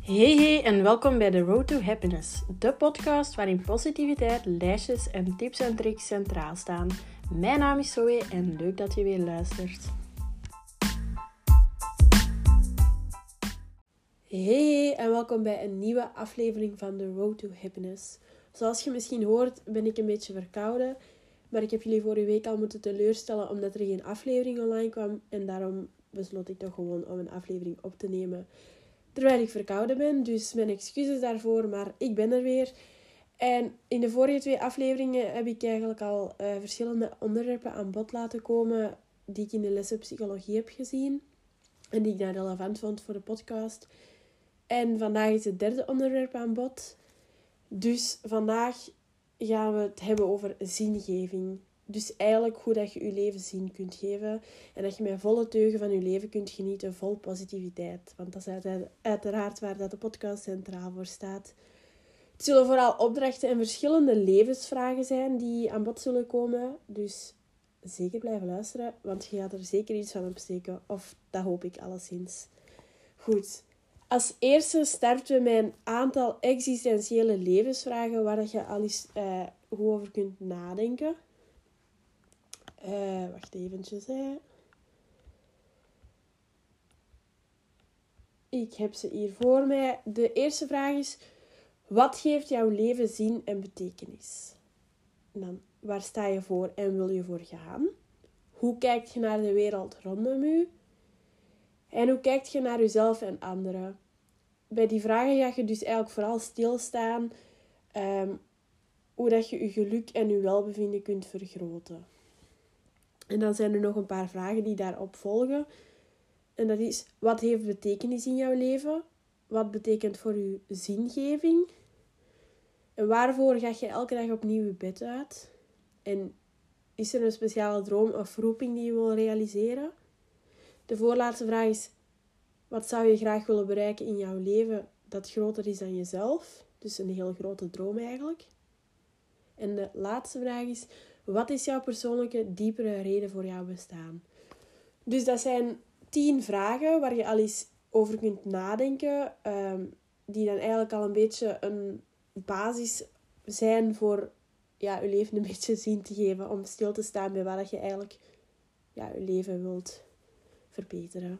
Hey en welkom bij The Road to Happiness, de podcast waarin positiviteit, lijstjes en tips en tricks centraal staan. Mijn naam is Zoe en leuk dat je weer luistert. Hey en welkom bij een nieuwe aflevering van The Road to Happiness. Zoals je misschien hoort ben ik een beetje verkouden, maar ik heb jullie vorige week al moeten teleurstellen omdat er geen aflevering online kwam en daarom besloot ik toch gewoon om een aflevering op te nemen terwijl ik verkouden ben, dus mijn excuses daarvoor, maar ik ben er weer. En in de vorige 2 afleveringen heb ik eigenlijk al verschillende onderwerpen aan bod laten komen die ik in de lessen psychologie heb gezien en die ik dan relevant vond voor de podcast. En vandaag is het 3e onderwerp aan bod. Dus vandaag gaan we het hebben over zingeving. Dus eigenlijk hoe dat je je leven zin kunt geven. En dat je met volle teugen van je leven kunt genieten, vol positiviteit. Want dat is uiteraard waar dat de podcast centraal voor staat. Het zullen vooral opdrachten en verschillende levensvragen zijn die aan bod zullen komen. Dus zeker blijven luisteren, want je gaat er zeker iets van opsteken. Of dat hoop ik alleszins. Goed. Als eerste starten we met een aantal existentiële levensvragen waar je al eens goed over kunt nadenken. Wacht eventjes. Ik heb ze hier voor mij. De eerste vraag is: wat geeft jouw leven zin en betekenis? En dan, waar sta je voor en wil je voor gaan? Hoe kijk je naar de wereld rondom u? En hoe kijk je naar jezelf en anderen? Bij die vragen ga je dus eigenlijk vooral stilstaan hoe dat je je geluk en je welbevinden kunt vergroten. En dan zijn er nog een paar vragen die daarop volgen. En dat is: wat heeft betekenis in jouw leven? Wat betekent voor u zingeving? En waarvoor ga je elke dag opnieuw je bed uit? En is er een speciale droom of roeping die je wil realiseren? De voorlaatste vraag is: wat zou je graag willen bereiken in jouw leven dat groter is dan jezelf? Dus een heel grote droom eigenlijk. En de laatste vraag is: wat is jouw persoonlijke, diepere reden voor jouw bestaan? Dus dat zijn 10 vragen waar je al eens over kunt nadenken. Die dan eigenlijk al een beetje een basis zijn voor je leven een beetje zin te geven. Om stil te staan bij wat je eigenlijk je leven wilt verbeteren.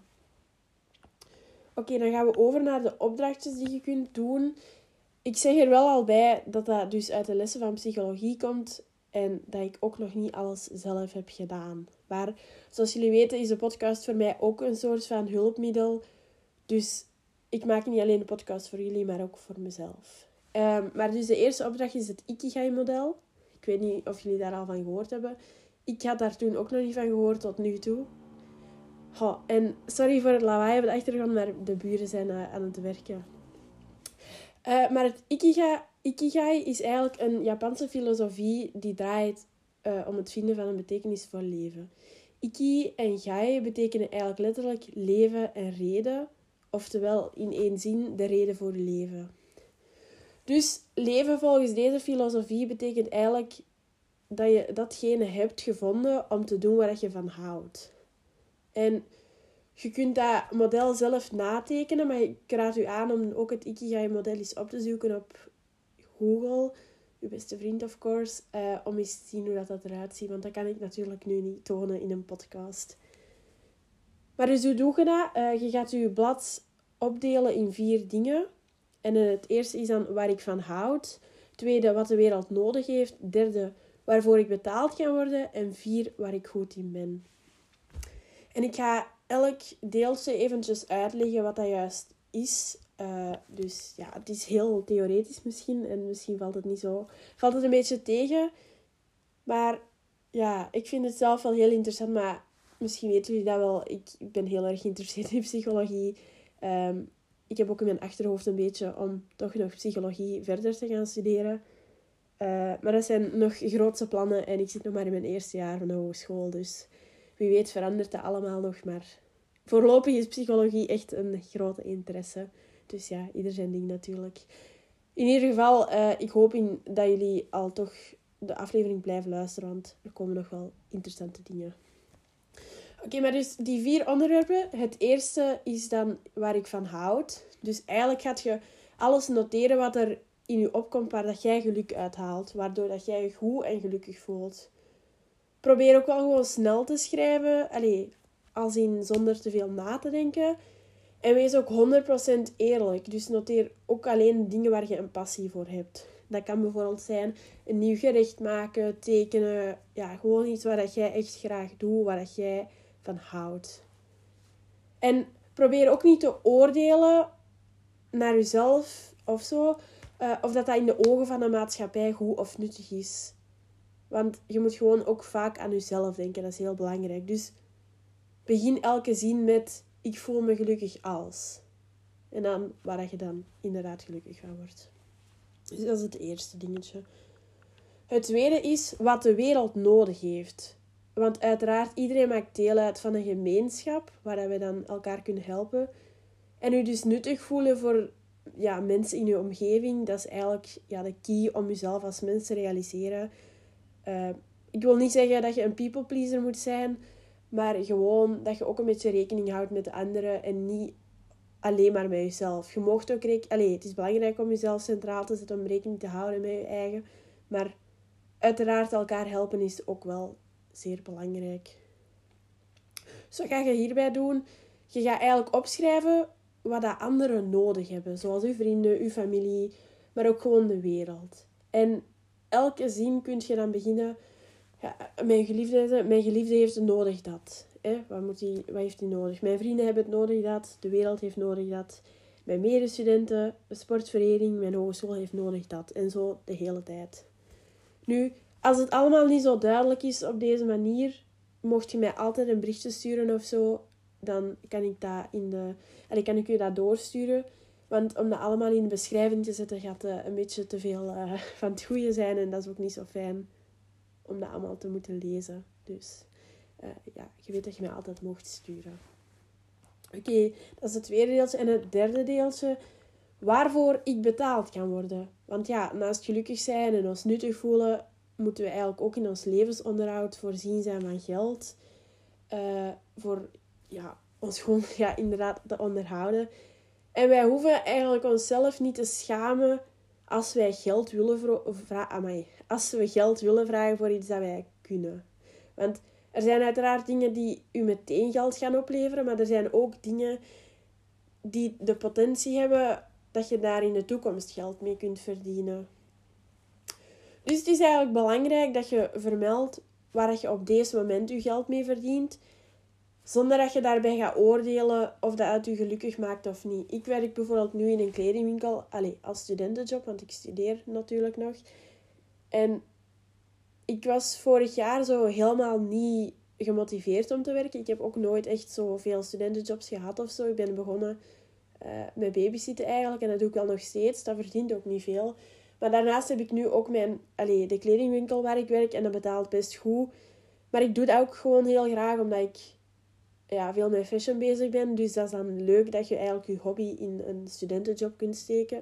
Oké, dan gaan we over naar de opdrachtjes die je kunt doen. Ik zeg er wel al bij dat dat dus uit de lessen van psychologie komt. En dat ik ook nog niet alles zelf heb gedaan. Maar zoals jullie weten is de podcast voor mij ook een soort van hulpmiddel. Dus ik maak niet alleen de podcast voor jullie, maar ook voor mezelf. Maar dus de eerste opdracht is het Ikigai-model. Ik weet niet of jullie daar al van gehoord hebben. Ik had daar toen ook nog niet van gehoord tot nu toe. En sorry voor het lawaai op de achtergrond, maar de buren zijn aan het werken. Maar het Ikigai is eigenlijk een Japanse filosofie die draait om het vinden van een betekenisvol leven. Iki en gai betekenen eigenlijk letterlijk leven en reden. Oftewel in één zin de reden voor je leven. Dus leven volgens deze filosofie betekent eigenlijk dat je datgene hebt gevonden om te doen waar je van houdt. En je kunt dat model zelf natekenen, maar ik raad u aan om ook het Ikigai-model eens op te zoeken op Google. Uw beste vriend, of course. Om eens te zien hoe dat eruit ziet. Want dat kan ik natuurlijk nu niet tonen in een podcast. Maar dus hoe doe je dat? Je gaat je blad opdelen in 4 dingen. En het eerste is dan waar ik van houd. Tweede, wat de wereld nodig heeft. Derde, waarvoor ik betaald kan worden. En 4, waar ik goed in ben. En ik ga elk deeltje eventjes uitleggen wat dat juist is. Dus ja, het is heel theoretisch misschien. En misschien valt het een beetje tegen. Maar ja, ik vind het zelf wel heel interessant. Maar misschien weten jullie dat wel. Ik ben heel erg geïnteresseerd in psychologie. Ik heb ook in mijn achterhoofd een beetje om toch nog psychologie verder te gaan studeren. Maar dat zijn nog grootse plannen. En ik zit nog maar in mijn eerste jaar van de hogeschool. Dus wie weet verandert dat allemaal nog, maar voorlopig is psychologie echt een grote interesse. Dus ja, ieder zijn ding natuurlijk. In ieder geval, ik hoop dat jullie al toch de aflevering blijven luisteren, want er komen nog wel interessante dingen. Oké, maar dus die 4 onderwerpen. Het eerste is dan waar ik van houd. Dus eigenlijk gaat je alles noteren wat er in je opkomt waar dat jij geluk uithaalt. Waardoor dat jij je goed en gelukkig voelt. Probeer ook wel gewoon snel te schrijven. Als in zonder te veel na te denken. En wees ook 100% eerlijk. Dus noteer ook alleen dingen waar je een passie voor hebt. Dat kan bijvoorbeeld zijn een nieuw gerecht maken, tekenen. Ja, gewoon iets waar dat jij echt graag doet, waar dat jij van houdt. En probeer ook niet te oordelen naar jezelf of zo. Of dat in de ogen van de maatschappij goed of nuttig is. Want je moet gewoon ook vaak aan jezelf denken. Dat is heel belangrijk. Dus begin elke zin met: ik voel me gelukkig als. En dan waar je dan inderdaad gelukkig van wordt. Dus dat is het eerste dingetje. Het tweede is wat de wereld nodig heeft. Want uiteraard, iedereen maakt deel uit van een gemeenschap waar we dan elkaar kunnen helpen. En je dus nuttig voelen voor mensen in je omgeving. Dat is eigenlijk de key om jezelf als mens te realiseren. Ik wil niet zeggen dat je een people pleaser moet zijn. Maar gewoon dat je ook een beetje rekening houdt met de anderen. En niet alleen maar met jezelf. Je moogt ook het is belangrijk om jezelf centraal te zetten. Om rekening te houden met je eigen. Maar uiteraard elkaar helpen is ook wel zeer belangrijk. Dus wat ga je hierbij doen? Je gaat eigenlijk opschrijven wat dat anderen nodig hebben. Zoals uw vrienden, uw familie. Maar ook gewoon de wereld. En elke zin kun je dan beginnen. Ja, mijn geliefde heeft nodig dat. Wat heeft hij nodig? Mijn vrienden hebben het nodig dat. De wereld heeft nodig dat. Mijn medestudenten, de sportvereniging, mijn hogeschool heeft nodig dat. En zo de hele tijd. Nu, als het allemaal niet zo duidelijk is op deze manier, mocht je mij altijd een berichtje sturen of zo, dan kan ik u dat doorsturen. Want om dat allemaal in de beschrijving te zetten, gaat een beetje te veel van het goede zijn. En dat is ook niet zo fijn om dat allemaal te moeten lezen. Dus je weet dat je mij altijd mocht sturen. Oké, dat is het tweede deeltje. En het derde deeltje, waarvoor ik betaald kan worden. Want naast gelukkig zijn en ons nuttig voelen, moeten we eigenlijk ook in ons levensonderhoud voorzien zijn van geld. Voor ons gewoon inderdaad te onderhouden. En wij hoeven eigenlijk onszelf niet te schamen als wij geld willen als we geld willen vragen voor iets dat wij kunnen. Want er zijn uiteraard dingen die u meteen geld gaan opleveren, maar er zijn ook dingen die de potentie hebben dat je daar in de toekomst geld mee kunt verdienen. Dus het is eigenlijk belangrijk dat je vermeldt waar je op deze moment je geld mee verdient, zonder dat je daarbij gaat oordelen of dat uit je gelukkig maakt of niet. Ik werk bijvoorbeeld nu in een kledingwinkel, als studentenjob, want ik studeer natuurlijk nog. En ik was vorig jaar zo helemaal niet gemotiveerd om te werken. Ik heb ook nooit echt zoveel studentenjobs gehad of zo. Ik ben begonnen met babysitten eigenlijk en dat doe ik wel nog steeds. Dat verdient ook niet veel. Maar daarnaast heb ik nu ook de kledingwinkel waar ik werk en dat betaalt best goed. Maar ik doe dat ook gewoon heel graag omdat ik veel met fashion bezig ben. Dus dat is dan leuk dat je eigenlijk je hobby in een studentenjob kunt steken.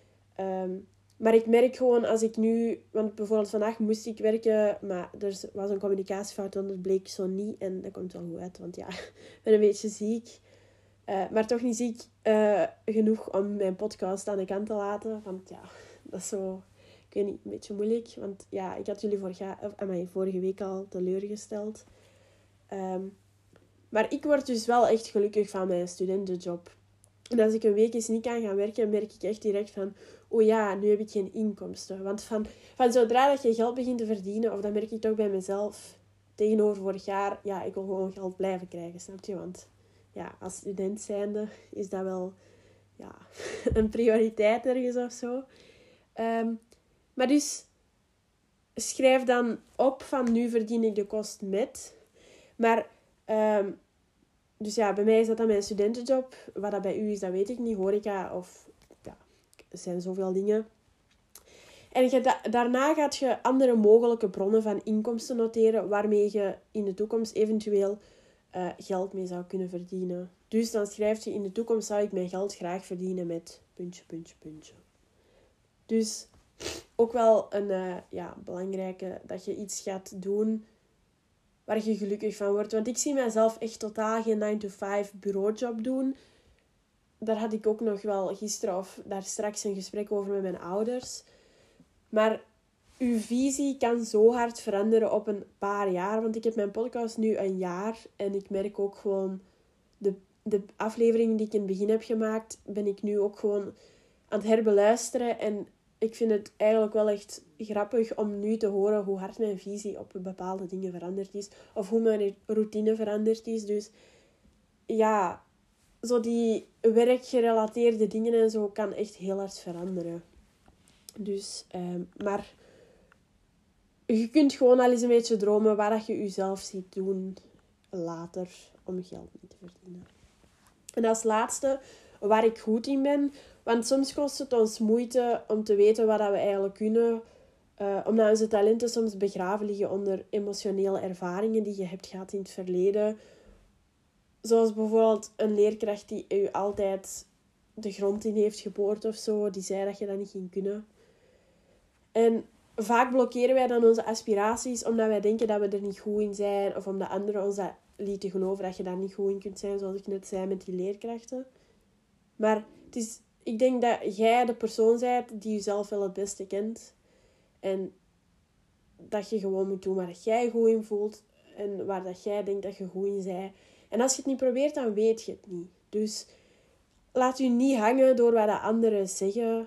Maar ik merk gewoon als ik nu... Want bijvoorbeeld vandaag moest ik werken, maar er was een communicatiefout en dat bleek zo niet. En dat komt wel goed uit, want ik ben een beetje ziek. Maar toch niet ziek genoeg om mijn podcast aan de kant te laten. Want dat is zo... Ik weet niet, een beetje moeilijk. Want ik had jullie vorige week al teleurgesteld. Maar ik word dus wel echt gelukkig van mijn studentenjob. En als ik een week eens niet kan gaan werken, merk ik echt direct van... Oh ja, nu heb ik geen inkomsten. Want van zodra dat je geld begint te verdienen, of dat merk ik toch bij mezelf, tegenover vorig jaar, ik wil gewoon geld blijven krijgen, snap je? Want als student zijnde is dat wel een prioriteit ergens of zo. Maar dus schrijf dan op van nu verdien ik de kost met. Maar... Dus bij mij is dat dan mijn studentenjob. Wat dat bij u is, dat weet ik niet. Horeca of... er zijn zoveel dingen. En daarna gaat je andere mogelijke bronnen van inkomsten noteren waarmee je in de toekomst eventueel geld mee zou kunnen verdienen. Dus dan schrijf je in de toekomst zou ik mijn geld graag verdienen met puntje, puntje, puntje. Dus ook wel een belangrijke dat je iets gaat doen waar je gelukkig van wordt. Want ik zie mezelf echt totaal geen 9-to-5 bureaujob doen. Daar had ik ook nog wel gisteren of daar straks een gesprek over met mijn ouders. Maar uw visie kan zo hard veranderen op een paar jaar. Want ik heb mijn podcast nu een jaar. En ik merk ook gewoon... De afleveringen die ik in het begin heb gemaakt, ben ik nu ook gewoon aan het herbeluisteren. En ik vind het eigenlijk wel echt grappig om nu te horen hoe hard mijn visie op bepaalde dingen veranderd is. Of hoe mijn routine veranderd is. Dus ja, zo die werkgerelateerde dingen en zo kan echt heel hard veranderen. Dus, maar je kunt gewoon al eens een beetje dromen waar dat je jezelf ziet doen later om geld mee te verdienen. En als laatste, waar ik goed in ben. Want soms kost het ons moeite om te weten wat we eigenlijk kunnen. Omdat onze talenten soms begraven liggen onder emotionele ervaringen die je hebt gehad in het verleden. Zoals bijvoorbeeld een leerkracht die u altijd de grond in heeft geboord of zo. Die zei dat je dat niet ging kunnen. En vaak blokkeren wij dan onze aspiraties omdat wij denken dat we er niet goed in zijn. Of omdat anderen ons dat lieten geloven dat je daar niet goed in kunt zijn. Zoals ik net zei met die leerkrachten. Maar ik denk dat jij de persoon bent die jezelf wel het beste kent. En dat je gewoon moet doen waar dat jij goed in voelt. En waar dat jij denkt dat je goed in bent. En als je het niet probeert, dan weet je het niet. Dus laat je niet hangen door wat de anderen zeggen.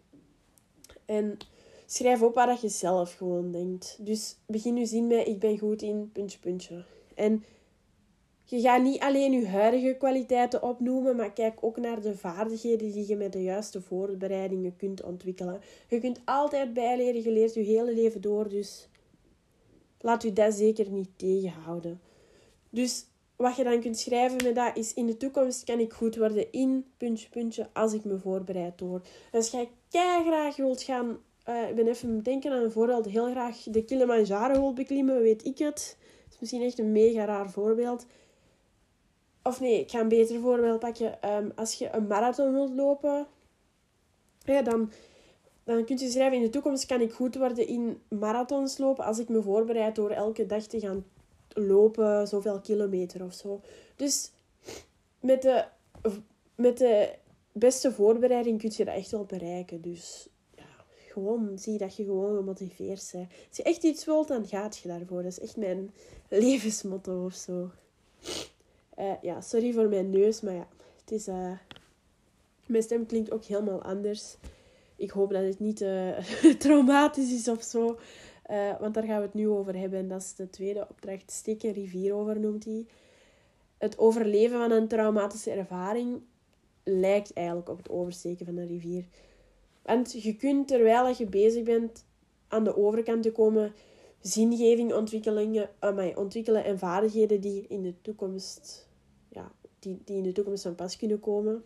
En schrijf op wat je zelf gewoon denkt. Dus begin je zin met ik ben goed in ... En je gaat niet alleen je huidige kwaliteiten opnoemen, maar kijk ook naar de vaardigheden die je met de juiste voorbereidingen kunt ontwikkelen. Je kunt altijd bijleren, je leert je hele leven door, dus laat je dat zeker niet tegenhouden. Dus wat je dan kunt schrijven met dat is, in de toekomst kan ik goed worden in ... als ik me voorbereid door. Als jij graag wilt gaan, ik ben even denken aan een voorbeeld, heel graag de Kilimanjaro wilt beklimmen, weet ik het. Dat is misschien echt een mega raar voorbeeld. Of nee, ik ga een beter voorbeeld pakken. Als je een marathon wilt lopen, ja, dan kun je schrijven, in de toekomst kan ik goed worden in marathons lopen als ik me voorbereid door elke dag te gaan lopen, zoveel kilometer of zo. Dus met de beste voorbereiding kun je dat echt wel bereiken. Dus ja, gewoon zie dat je gewoon gemotiveerd bent. Als je echt iets wilt, dan gaat je daarvoor. Dat is echt mijn levensmotto of zo. Ja, sorry voor mijn neus, maar ja, het is... mijn stem klinkt ook helemaal anders. Ik hoop dat het niet traumatisch is of zo. Want daar gaan we het nu over hebben. En dat is de tweede opdracht. Steek een rivier over, noemt hij. Het overleven van een traumatische ervaring lijkt eigenlijk op het oversteken van een rivier. Want je kunt, terwijl je bezig bent aan de overkant te komen, zingeving ontwikkelen en vaardigheden die in de toekomst, die in de toekomst van pas kunnen komen.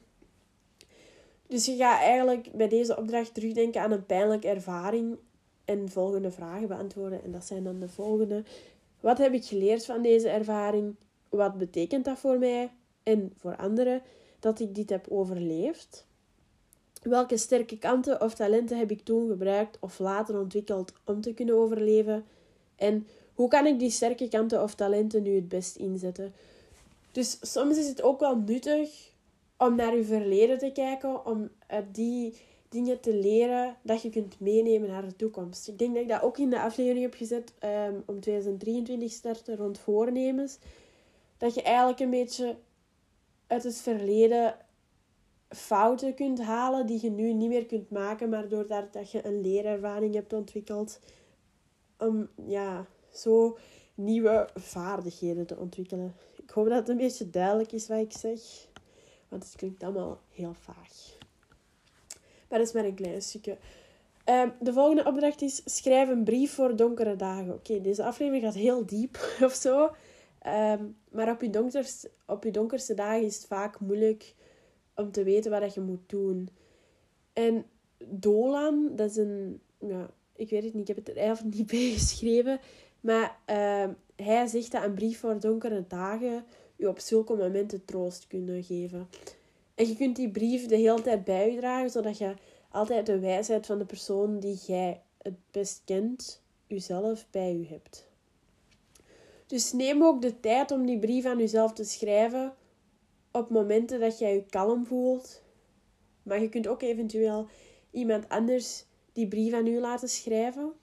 Dus je gaat eigenlijk bij deze opdracht terugdenken aan een pijnlijke ervaring en volgende vragen beantwoorden. En dat zijn dan de volgende. Wat heb ik geleerd van deze ervaring? Wat betekent dat voor mij en voor anderen dat ik dit heb overleefd? Welke sterke kanten of talenten heb ik toen gebruikt of later ontwikkeld om te kunnen overleven? En hoe kan ik die sterke kanten of talenten nu het best inzetten? Dus soms is het ook wel nuttig om naar je verleden te kijken, om uit die dingen te leren dat je kunt meenemen naar de toekomst. Ik denk dat ik dat ook in de aflevering heb gezet om 2023 starten rond voornemens. Dat je eigenlijk een beetje uit het verleden fouten kunt halen die je nu niet meer kunt maken, maar doordat je een leerervaring hebt ontwikkeld om zo nieuwe vaardigheden te ontwikkelen. Ik hoop dat het een beetje duidelijk is wat ik zeg, want het klinkt allemaal heel vaag. Maar dat is maar een klein stukje. De volgende opdracht is, schrijf een brief voor donkere dagen. Oké, deze aflevering gaat heel diep of zo. Maar op je donkerste dagen is het vaak moeilijk om te weten wat je moet doen. En Dolan, dat is een... Ja, ik weet het niet, ik heb het er eigenlijk niet bij geschreven. Maar hij zegt dat een brief voor donkere dagen je op zulke momenten troost kunnen geven. En je kunt die brief de hele tijd bij je dragen, zodat je altijd de wijsheid van de persoon die jij het best kent, jezelf bij je hebt. Dus neem ook de tijd om die brief aan jezelf te schrijven op momenten dat jij je kalm voelt. Maar je kunt ook eventueel iemand anders die brief aan u laten schrijven.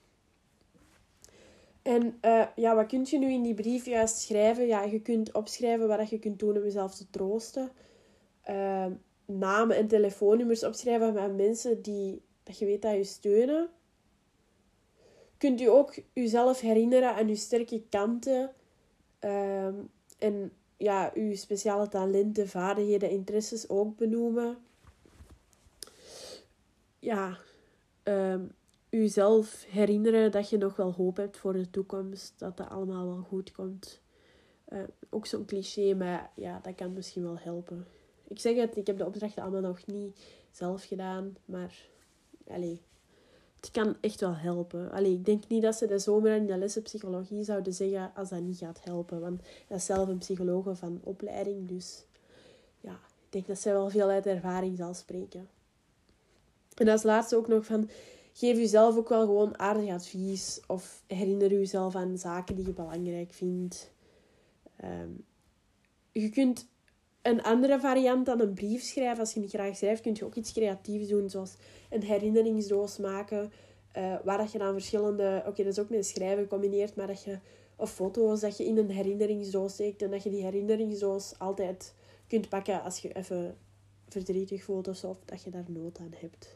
En wat kun je nu in die brief juist schrijven? Ja, je kunt opschrijven wat je kunt doen om jezelf te troosten. Namen en telefoonnummers opschrijven van mensen dat je weet dat je steunen. Kunt u ook jezelf herinneren aan je sterke kanten. En ja, uw speciale talenten, vaardigheden, interesses ook benoemen. Ja, uzelf herinneren dat je nog wel hoop hebt voor de toekomst. Dat dat allemaal wel goed komt. Ook zo'n cliché, maar ja, dat kan misschien wel helpen. Ik zeg het, ik heb de opdrachten allemaal nog niet zelf gedaan. Maar, het kan echt wel helpen. Ik denk niet dat ze de zomer in de lessen psychologie zouden zeggen als dat niet gaat helpen. Want dat is zelf een psycholoog van opleiding. Dus ja, ik denk dat zij wel veel uit ervaring zal spreken. En als laatste ook nog van, geef jezelf ook wel gewoon aardig advies. Of herinner jezelf aan zaken die je belangrijk vindt. Je kunt een andere variant dan een brief schrijven. Als je niet graag schrijft, kun je ook iets creatiefs doen. Zoals een herinneringsdoos maken. Waar dat je dan verschillende... Oké, dat is ook met schrijven gecombineerd. Maar dat je... Of foto's dat je in een herinneringsdoos steekt. En dat je die herinneringsdoos altijd kunt pakken als je even verdrietig voelt of zo. Of dat je daar nood aan hebt.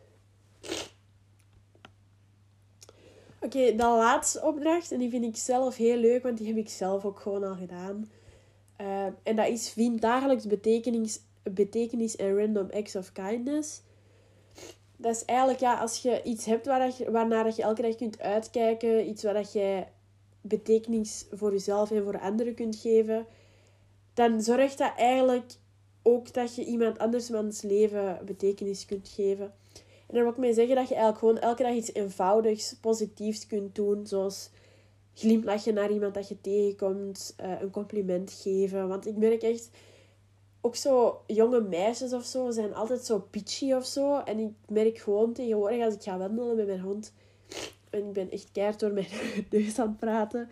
Oké, de laatste opdracht. En die vind ik zelf heel leuk. Want die heb ik zelf ook gewoon al gedaan. En dat is, vind dagelijks betekenis en random acts of kindness. Dat is eigenlijk, als je iets hebt waarnaar je elke dag kunt uitkijken, iets waar dat je betekenis voor jezelf en voor anderen kunt geven, dan zorgt dat eigenlijk ook dat je iemand andersmans leven betekenis kunt geven. En daar wil ik mee zeggen dat je eigenlijk gewoon elke dag iets eenvoudigs, positiefs kunt doen, zoals glimlachen naar iemand dat je tegenkomt, een compliment geven. Want ik merk echt, ook zo jonge meisjes of zo zijn altijd zo bitchy of zo. En ik merk gewoon tegenwoordig als ik ga wandelen met mijn hond, en ik ben echt keihard door mijn neus aan het praten,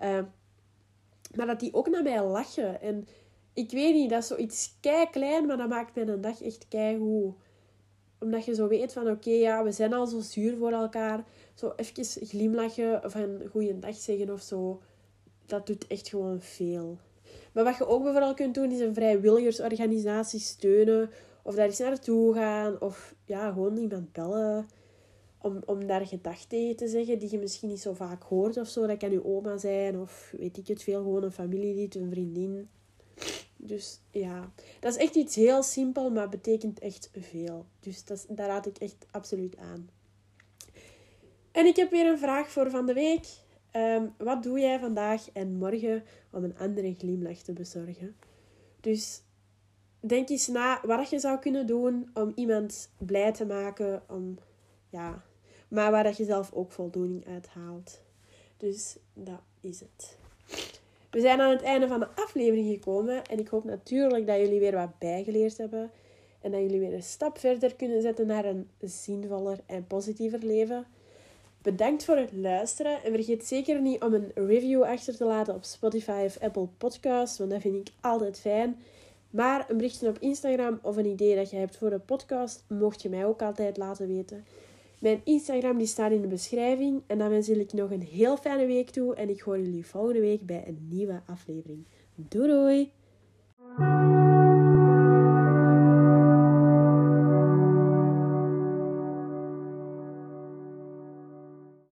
maar dat die ook naar mij lachen. En ik weet niet, dat is zoiets keiklein, maar dat maakt mijn dag echt keigoed. Omdat je zo weet van, oké, we zijn al zo zuur voor elkaar. Zo even glimlachen of een goeiedag zeggen of zo. Dat doet echt gewoon veel. Maar wat je ook bijvoorbeeld kunt doen, is een vrijwilligersorganisatie steunen. Of daar eens naartoe gaan. Of ja, gewoon iemand bellen. Om daar gedag tegen te zeggen, die je misschien niet zo vaak hoort of zo. Dat kan je oma zijn, of weet ik het veel, gewoon een familielid, een vriendin. Dus ja, dat is echt iets heel simpel, maar betekent echt veel. Dus daar raad ik echt absoluut aan. En ik heb weer een vraag voor van de week. Wat doe jij vandaag en morgen om een andere glimlach te bezorgen? Dus denk eens na wat je zou kunnen doen om iemand blij te maken. Maar waar dat je zelf ook voldoening uit haalt. Dus dat is het. We zijn aan het einde van de aflevering gekomen. En ik hoop natuurlijk dat jullie weer wat bijgeleerd hebben. En dat jullie weer een stap verder kunnen zetten naar een zinvoller en positiever leven. Bedankt voor het luisteren. En vergeet zeker niet om een review achter te laten op Spotify of Apple Podcasts. Want dat vind ik altijd fijn. Maar een berichtje op Instagram of een idee dat je hebt voor de podcast, mocht je mij ook altijd laten weten. Mijn Instagram die staat in de beschrijving. En dan wens ik nog een heel fijne week toe. En ik hoor jullie volgende week bij een nieuwe aflevering. Doei doei!